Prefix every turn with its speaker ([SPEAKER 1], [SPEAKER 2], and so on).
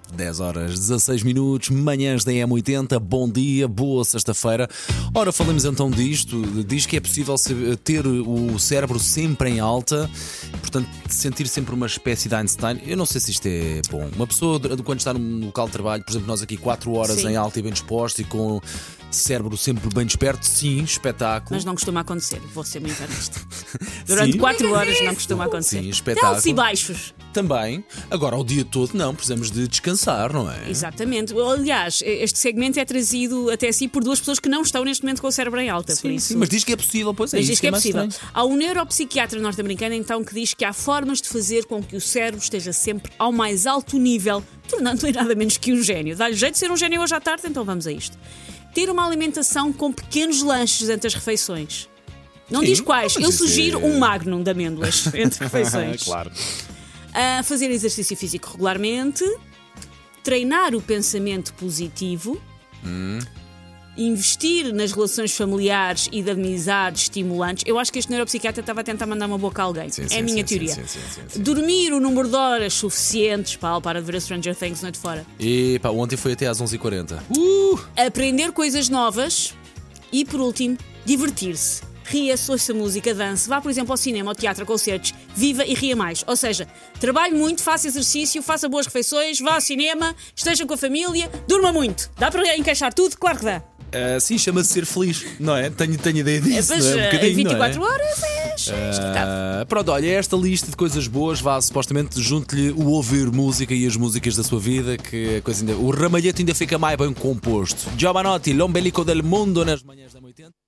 [SPEAKER 1] 10 horas 16 minutos, manhãs da M80, bom dia, boa sexta-feira. Ora, falamos então disto. Diz que é possível ter o cérebro sempre em alta, portanto, sentir sempre uma espécie de Einstein. Eu não sei se isto é bom. Uma pessoa, quando está num local de trabalho, por exemplo, nós aqui 4 horas
[SPEAKER 2] Sim.
[SPEAKER 1] em alta e bem disposto e com cérebro sempre bem desperto, sim, espetáculo.
[SPEAKER 2] Mas não costuma acontecer, vou ser muito honesta. Durante 4 horas não costuma acontecer.
[SPEAKER 1] Sim, espetáculo.
[SPEAKER 2] Altos e baixos.
[SPEAKER 1] Também. Agora, ao dia todo, não, precisamos de descansar, não é?
[SPEAKER 2] Exatamente. Aliás, este segmento é trazido até si por duas pessoas que não estão neste momento com o cérebro em alta. Por isso.
[SPEAKER 1] Sim, mas diz que é possível, pois é.
[SPEAKER 2] Mas
[SPEAKER 1] isso
[SPEAKER 2] diz que é
[SPEAKER 1] mais
[SPEAKER 2] possível.
[SPEAKER 1] estranho.
[SPEAKER 2] Há um neuropsiquiatra norte-americano então que diz que há formas de fazer com que o cérebro esteja sempre ao mais alto nível, tornando-o nada menos que um gênio. Dá-lhe jeito de ser um gênio hoje à tarde, então vamos a isto. Ter uma alimentação com pequenos lanches entre as refeições. Não
[SPEAKER 1] Sim,
[SPEAKER 2] diz quais.
[SPEAKER 1] mas
[SPEAKER 2] Eu
[SPEAKER 1] isso
[SPEAKER 2] sugiro um magnum de amêndoas entre refeições.
[SPEAKER 1] Claro.
[SPEAKER 2] Fazer exercício físico regularmente, treinar o pensamento positivo, investir nas relações familiares e de amizades estimulantes. Eu acho que este neuropsiquiatra estava a tentar mandar uma boca a alguém.
[SPEAKER 1] Sim,
[SPEAKER 2] é
[SPEAKER 1] sim,
[SPEAKER 2] a minha
[SPEAKER 1] sim,
[SPEAKER 2] teoria.
[SPEAKER 1] sim.
[SPEAKER 2] Dormir o número de horas suficientes. Paulo, para de ver a Stranger Things noite fora.
[SPEAKER 1] E pá, ontem foi até às 11h40.
[SPEAKER 2] Aprender coisas novas e, por último, divertir-se. Ria-se, ouça música, dance, vá, por exemplo, ao cinema, ao teatro, a concertos, viva e ria mais. Ou seja, trabalhe muito, faça exercício, faça boas refeições, vá ao cinema, esteja com a família, durma muito. Dá para encaixar tudo? Claro que dá.
[SPEAKER 1] Sim, chama-se ser feliz, não é? Tenho ideia disso.
[SPEAKER 2] Mas
[SPEAKER 1] não é? Um bocadinho,
[SPEAKER 2] 24
[SPEAKER 1] não é?
[SPEAKER 2] horas é esticado.
[SPEAKER 1] Pronto, olha, esta lista de coisas boas, vá, supostamente junte-lhe o ouvir música e as músicas da sua vida, que a coisa ainda, o ramalhete ainda fica mais bem composto. Giovanotti, l'ombelico del mundo nas manhãs da 80.